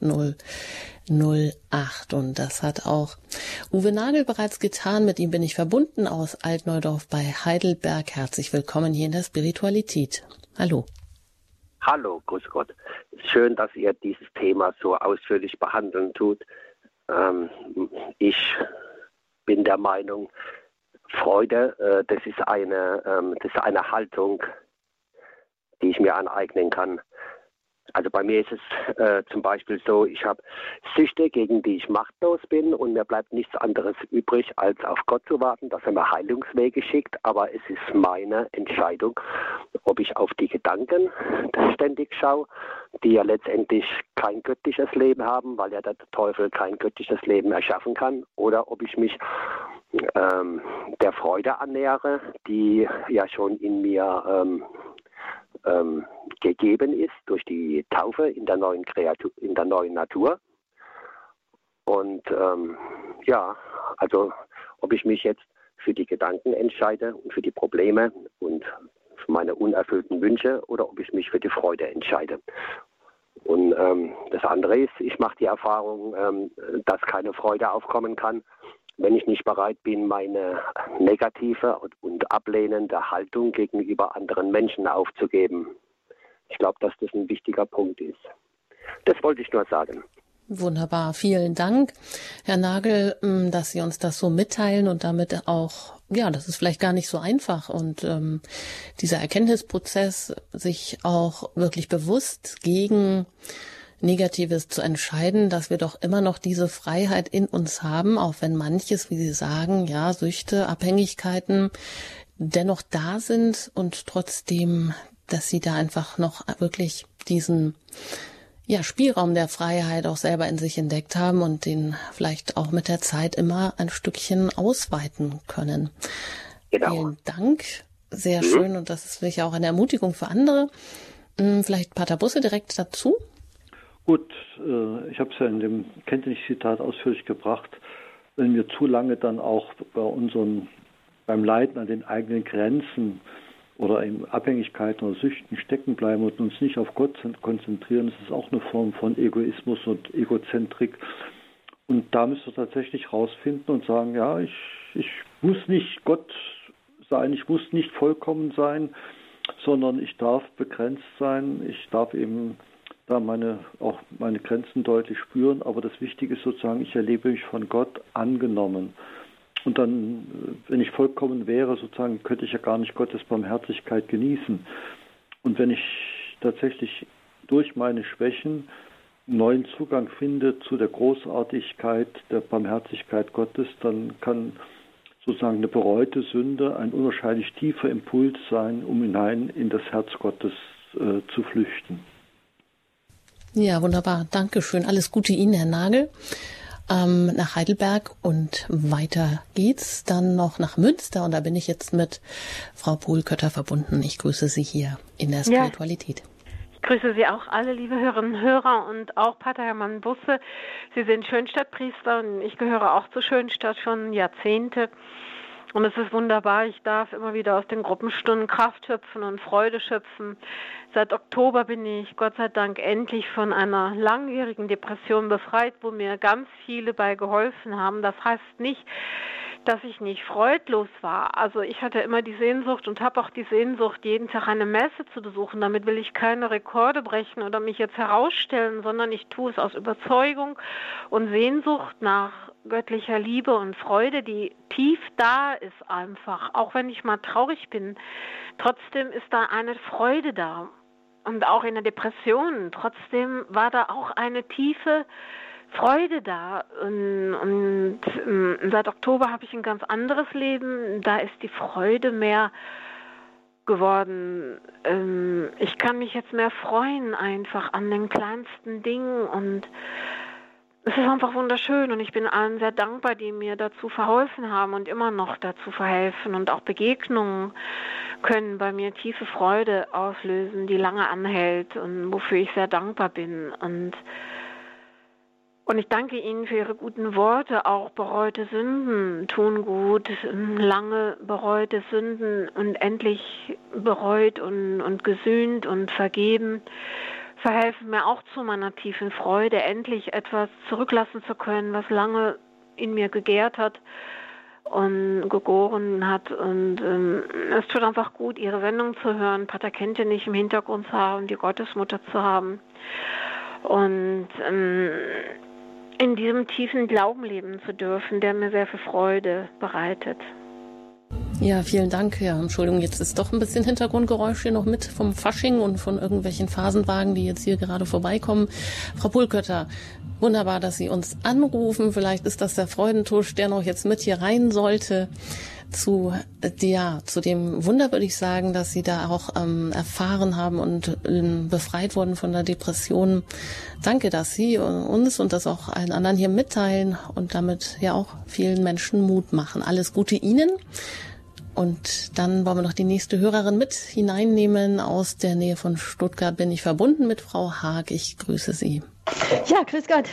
008. Und das hat auch Uwe Nagel bereits getan. Mit ihm bin ich verbunden aus Altneudorf bei Heidelberg. Herzlich willkommen hier in der Spiritualität. Hallo. Hallo, grüß Gott. Schön, dass ihr dieses Thema so ausführlich behandeln tut. Ich bin der Meinung, Freude, das ist eine Haltung, die ich mir aneignen kann. Also bei mir ist es zum Beispiel so, ich habe Süchte, gegen die ich machtlos bin und mir bleibt nichts anderes übrig, als auf Gott zu warten, dass er mir Heilungswege schickt. Aber es ist meine Entscheidung, ob ich auf die Gedanken ständig schaue, die ja letztendlich kein göttliches Leben haben, weil ja der Teufel kein göttliches Leben erschaffen kann, oder ob ich mich der Freude annähere, die ja schon in mir gegeben ist durch die Taufe in der neuen Natur. Und also ob ich mich jetzt für die Gedanken entscheide und für die Probleme und für meine unerfüllten Wünsche oder ob ich mich für die Freude entscheide. Und das andere ist, ich mache die Erfahrung, dass keine Freude aufkommen kann, wenn ich nicht bereit bin, meine negative und ablehnende Haltung gegenüber anderen Menschen aufzugeben. Ich glaube, dass das ein wichtiger Punkt ist. Das wollte ich nur sagen. Wunderbar, vielen Dank, Herr Nagel, dass Sie uns das so mitteilen und damit auch, ja, das ist vielleicht gar nicht so einfach und dieser Erkenntnisprozess, sich auch wirklich bewusst gegen Negatives zu entscheiden, dass wir doch immer noch diese Freiheit in uns haben, auch wenn manches, wie Sie sagen, ja, Süchte, Abhängigkeiten dennoch da sind und trotzdem, dass Sie da einfach noch wirklich diesen Spielraum der Freiheit auch selber in sich entdeckt haben und den vielleicht auch mit der Zeit immer ein Stückchen ausweiten können. Genau. Vielen Dank, sehr schön, und das ist sicher auch eine Ermutigung für andere. Vielleicht Pater Busse direkt dazu. Gut, ich habe es ja in dem Kenntniszitat ausführlich gebracht. Wenn wir zu lange dann auch beim Leiden an den eigenen Grenzen oder in Abhängigkeiten oder Süchten stecken bleiben und uns nicht auf Gott konzentrieren, das ist auch eine Form von Egoismus und Egozentrik. Und da müssen wir tatsächlich rausfinden und sagen, ja, ich muss nicht Gott sein, ich muss nicht vollkommen sein, sondern ich darf begrenzt sein, ich darf eben da meine Grenzen deutlich spüren, aber das Wichtige ist sozusagen, ich erlebe mich von Gott angenommen. Und dann, wenn ich vollkommen wäre, sozusagen, könnte ich ja gar nicht Gottes Barmherzigkeit genießen. Und wenn ich tatsächlich durch meine Schwächen einen neuen Zugang finde zu der Großartigkeit der Barmherzigkeit Gottes, dann kann sozusagen eine bereute Sünde ein unwahrscheinlich tiefer Impuls sein, um hinein in das Herz Gottes zu flüchten. Ja, wunderbar. Dankeschön. Alles Gute Ihnen, Herr Nagel. nach Heidelberg und weiter geht's dann noch nach Münster und da bin ich jetzt mit Frau Pohlkötter verbunden. Ich grüße Sie hier in der Spiritualität. Ich grüße Sie auch alle, liebe Hörerinnen und Hörer und auch Pater Hermann Busse. Sie sind Schönstadtpriester und ich gehöre auch zur Schönstadt schon Jahrzehnte. Und es ist wunderbar, ich darf immer wieder aus den Gruppenstunden Kraft schöpfen und Freude schöpfen. Seit Oktober bin ich, Gott sei Dank, endlich von einer langjährigen Depression befreit, wo mir ganz viele bei geholfen haben. Das heißt nicht, dass ich nicht freudlos war. Also ich hatte immer die Sehnsucht und habe auch die Sehnsucht, jeden Tag eine Messe zu besuchen. Damit will ich keine Rekorde brechen oder mich jetzt herausstellen, sondern ich tue es aus Überzeugung und Sehnsucht nach göttlicher Liebe und Freude, die tief da ist einfach. Auch wenn ich mal traurig bin, trotzdem ist da eine Freude da. Und auch in der Depression, trotzdem war da auch eine tiefe Freude da. Und seit Oktober habe ich ein ganz anderes Leben. Da ist die Freude mehr geworden. Ich kann mich jetzt mehr freuen einfach an den kleinsten Dingen und es ist einfach wunderschön und ich bin allen sehr dankbar, die mir dazu verholfen haben und immer noch dazu verhelfen. Und auch Begegnungen können bei mir tiefe Freude auslösen, die lange anhält und wofür ich sehr dankbar bin. Und ich danke Ihnen für Ihre guten Worte. Auch bereute Sünden tun gut, lange bereute Sünden und endlich bereut und gesühnt und vergeben verhelfen mir auch zu meiner tiefen Freude, endlich etwas zurücklassen zu können, was lange in mir gegärt hat und gegoren hat. Und es tut einfach gut, Ihre Sendung zu hören, Pater Kente nicht im Hintergrund zu haben, die Gottesmutter zu haben. Und in diesem tiefen Glauben leben zu dürfen, der mir sehr viel Freude bereitet. Ja, vielen Dank. Ja, Entschuldigung, jetzt ist doch ein bisschen Hintergrundgeräusch hier noch mit vom Fasching und von irgendwelchen Phasenwagen, die jetzt hier gerade vorbeikommen. Frau Pohlkötter, wunderbar, dass Sie uns anrufen. Vielleicht ist das der Freudentusch, der noch jetzt mit hier rein sollte. Zu dem Wunder würde ich sagen, dass Sie da auch erfahren haben und befreit wurden von der Depression. Danke, dass Sie uns und das auch allen anderen hier mitteilen und damit ja auch vielen Menschen Mut machen. Alles Gute Ihnen. Und dann wollen wir noch die nächste Hörerin mit hineinnehmen. Aus der Nähe von Stuttgart bin ich verbunden mit Frau Haag. Ich grüße Sie. Ja, grüß Gott.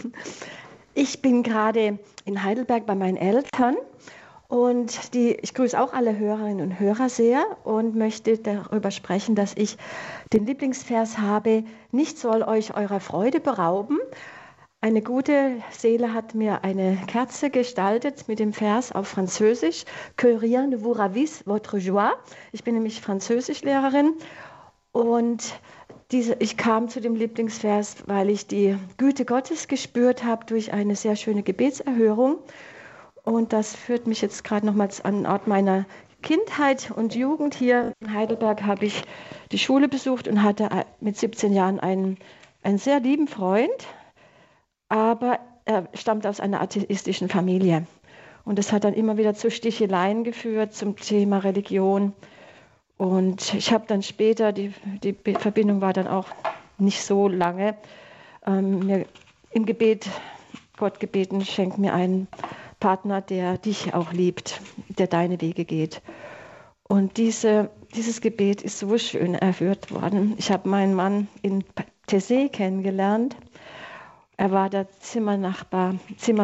Ich bin gerade in Heidelberg bei meinen Eltern und ich grüße auch alle Hörerinnen und Hörer sehr und möchte darüber sprechen, dass ich den Lieblingsvers habe: Nichts soll euch eurer Freude berauben. Eine gute Seele hat mir eine Kerze gestaltet mit dem Vers auf Französisch: Que rien ne vous ravisse votre joie. Ich bin nämlich Französischlehrerin und ich kam zu dem Lieblingsvers, weil ich die Güte Gottes gespürt habe durch eine sehr schöne Gebetserhörung. Und das führt mich jetzt gerade nochmals an den Ort meiner Kindheit und Jugend. Hier in Heidelberg habe ich die Schule besucht und hatte mit 17 Jahren einen sehr lieben Freund. Aber er stammt aus einer atheistischen Familie. Und das hat dann immer wieder zu Sticheleien geführt zum Thema Religion. Und ich habe dann später, die Verbindung war dann auch nicht so lange, mir im Gebet Gott gebeten, schenk mir einen Partner, der dich auch liebt, der deine Wege geht. Und dieses Gebet ist so schön erhört worden. Ich habe meinen Mann in Tessé kennengelernt. Er war der Zimmernachbar,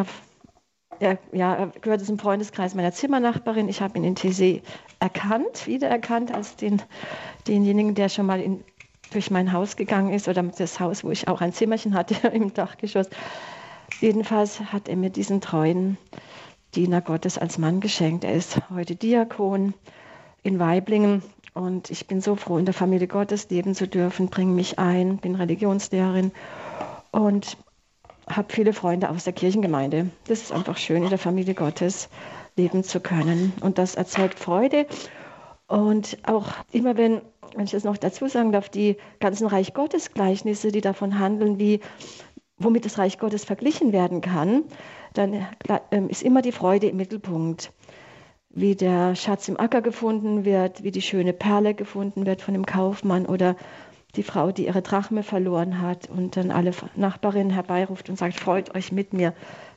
er gehörte zum Freundeskreis meiner Zimmernachbarin. Ich habe ihn in Tessé wiedererkannt als denjenigen, der schon mal durch mein Haus gegangen ist oder das Haus, wo ich auch ein Zimmerchen hatte im Dachgeschoss. Jedenfalls hat er mir diesen treuen Diener Gottes als Mann geschenkt. Er ist heute Diakon in Waiblingen und ich bin so froh, in der Familie Gottes leben zu dürfen, bringe mich ein, bin Religionslehrerin und habe viele Freunde aus der Kirchengemeinde. Das ist einfach schön, in der Familie Gottes leben zu können. Und das erzeugt Freude. Und auch immer wenn ich das noch dazu sagen darf, die ganzen Reich Gottes Gleichnisse, die davon handeln, womit das Reich Gottes verglichen werden kann, dann ist immer die Freude im Mittelpunkt. Wie der Schatz im Acker gefunden wird, wie die schöne Perle gefunden wird von dem Kaufmann oder die Frau, die ihre Drachme verloren hat und dann alle Nachbarinnen herbeiruft und sagt, freut euch mit mir,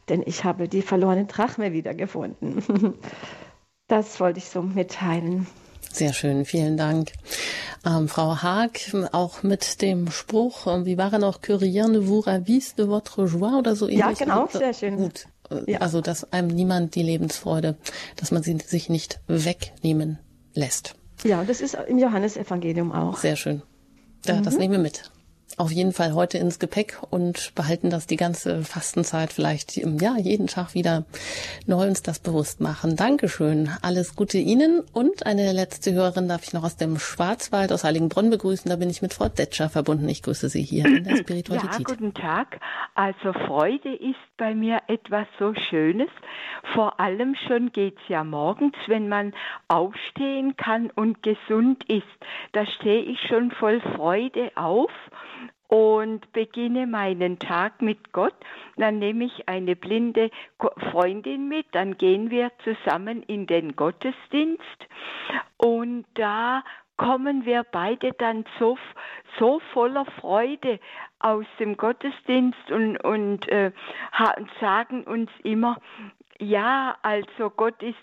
denn ich habe die verlorene Drachme wiedergefunden. Das wollte ich so mitteilen. Sehr schön, vielen Dank. Frau Haag, auch mit dem Spruch, wie war er noch, que rien ne vous ravisse de votre joie oder so ähnlich? Ja, genau, sehr schön. Gut, ja. Also dass einem niemand die Lebensfreude, dass man sie sich nicht wegnehmen lässt. Ja, das ist im Johannesevangelium auch. Sehr schön. Ja, das nehmen wir mit. Auf jeden Fall heute ins Gepäck und behalten das die ganze Fastenzeit vielleicht jeden Tag wieder neu uns das bewusst machen. Dankeschön. Alles Gute Ihnen. Und eine letzte Hörerin darf ich noch aus dem Schwarzwald, aus Heiligenbronn begrüßen. Da bin ich mit Frau Detscher verbunden. Ich grüße Sie hier in der Spiritualität. Ja, guten Tag. Also Freude ist bei mir etwas so Schönes. Vor allem schon geht's ja morgens, wenn man aufstehen kann und gesund ist. Da stehe ich schon voll Freude auf und beginne meinen Tag mit Gott. Dann nehme ich eine blinde Freundin mit, dann gehen wir zusammen in den Gottesdienst und da kommen wir beide dann so voller Freude aus dem Gottesdienst und sagen uns immer, ja, also Gott ist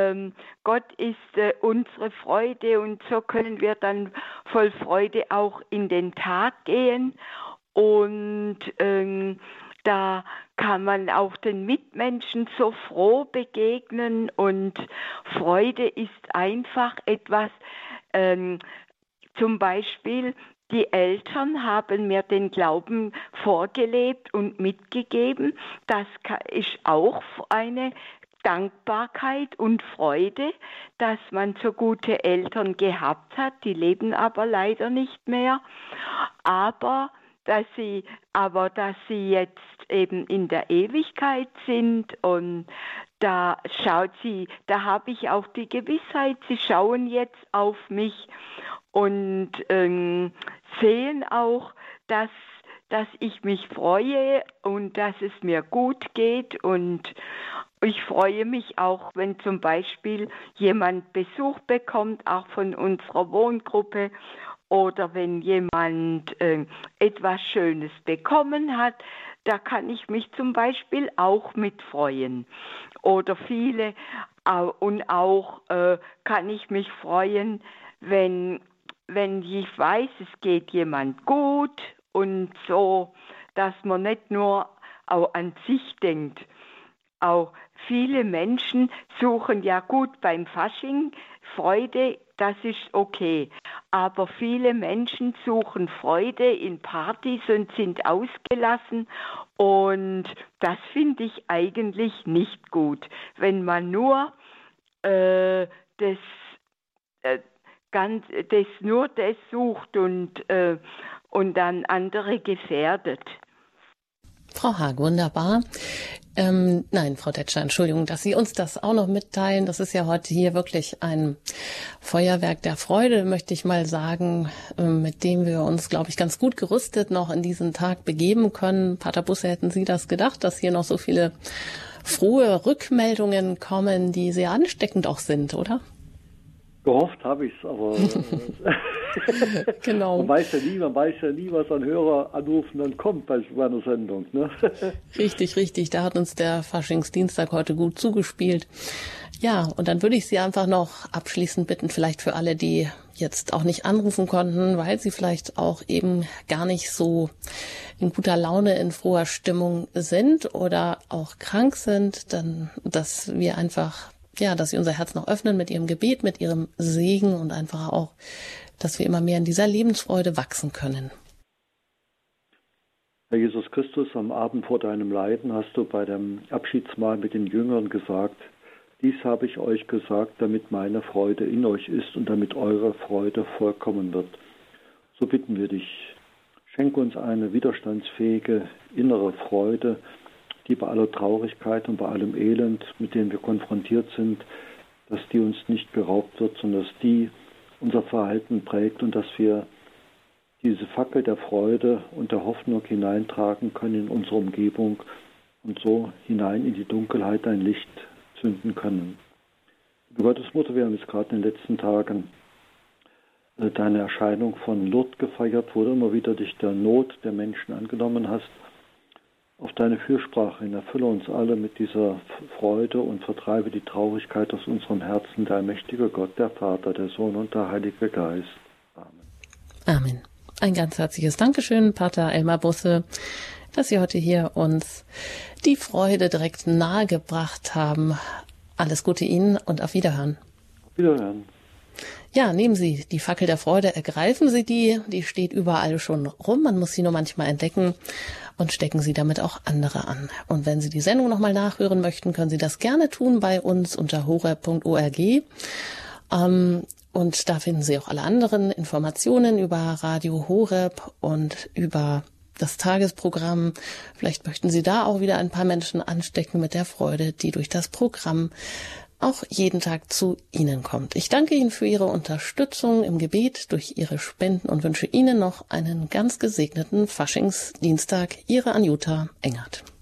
unsere Freude und so können wir dann voll Freude auch in den Tag gehen und da kann man auch den Mitmenschen so froh begegnen und Freude ist einfach etwas, zum Beispiel die Eltern haben mir den Glauben vorgelebt und mitgegeben. Das ist auch eine Dankbarkeit und Freude, dass man so gute Eltern gehabt hat. Die leben aber leider nicht mehr. Aber dass sie jetzt eben in der Ewigkeit sind und da habe ich auch die Gewissheit, sie schauen jetzt auf mich und sehen auch, dass ich mich freue und dass es mir gut geht und ich freue mich auch, wenn zum Beispiel jemand Besuch bekommt, auch von unserer Wohngruppe oder wenn jemand etwas Schönes bekommen hat, da kann ich mich zum Beispiel auch mitfreuen. Oder viele und auch kann ich mich freuen, wenn ich weiß, es geht jemand gut und so, dass man nicht nur auch an sich denkt. Auch viele Menschen suchen ja gut beim Fasching Freude, das ist okay. Aber viele Menschen suchen Freude in Partys und sind ausgelassen und das finde ich eigentlich nicht gut. Wenn man nur das sucht und dann andere gefährdet. Frau Haag, wunderbar. Nein, Frau Detscher, Entschuldigung, dass Sie uns das auch noch mitteilen. Das ist ja heute hier wirklich ein Feuerwerk der Freude, möchte ich mal sagen, mit dem wir uns, glaube ich, ganz gut gerüstet noch in diesen Tag begeben können. Pater Busse, hätten Sie das gedacht, dass hier noch so viele frohe Rückmeldungen kommen, die sehr ansteckend auch sind, oder? Gehofft habe ich es, aber genau. man weiß ja nie, was an Höreranrufen dann kommt bei einer Sendung. Ne? Richtig. Da hat uns der Faschingsdienstag heute gut zugespielt. Ja, und dann würde ich Sie einfach noch abschließend bitten, vielleicht für alle, die jetzt auch nicht anrufen konnten, weil sie vielleicht auch eben gar nicht so in guter Laune, in froher Stimmung sind oder auch krank sind, dann, dass wir einfach dass Sie unser Herz noch öffnen mit Ihrem Gebet, mit Ihrem Segen und einfach auch, dass wir immer mehr in dieser Lebensfreude wachsen können. Herr Jesus Christus, am Abend vor deinem Leiden hast du bei dem Abschiedsmahl mit den Jüngern gesagt, dies habe ich euch gesagt, damit meine Freude in euch ist und damit eure Freude vollkommen wird. So bitten wir dich, schenke uns eine widerstandsfähige innere Freude, die bei aller Traurigkeit und bei allem Elend, mit dem wir konfrontiert sind, dass die uns nicht geraubt wird, sondern dass die unser Verhalten prägt und dass wir diese Fackel der Freude und der Hoffnung hineintragen können in unsere Umgebung und so hinein in die Dunkelheit ein Licht zünden können. Liebe Gottesmutter, wir haben jetzt gerade in den letzten Tagen deine Erscheinung von Lourdes gefeiert, wo du immer wieder dich der Not der Menschen angenommen hast. auf deine Fürsprache hin. Erfülle uns alle mit dieser Freude und vertreibe die Traurigkeit aus unserem Herzen, der mächtige Gott, der Vater, der Sohn und der Heilige Geist. Amen. Amen. Ein ganz herzliches Dankeschön, Pater Elmar Busse, dass Sie heute hier uns die Freude direkt nahegebracht haben. Alles Gute Ihnen und auf Wiederhören. Auf Wiederhören. Ja, nehmen Sie die Fackel der Freude, ergreifen Sie die steht überall schon rum, man muss sie nur manchmal entdecken und stecken Sie damit auch andere an. Und wenn Sie die Sendung nochmal nachhören möchten, können Sie das gerne tun bei uns unter horeb.org. Und da finden Sie auch alle anderen Informationen über Radio Horeb und über das Tagesprogramm. Vielleicht möchten Sie da auch wieder ein paar Menschen anstecken mit der Freude, die durch das Programm auch jeden Tag zu Ihnen kommt. Ich danke Ihnen für Ihre Unterstützung im Gebet durch Ihre Spenden und wünsche Ihnen noch einen ganz gesegneten Faschingsdienstag. Ihre Anjuta Engert.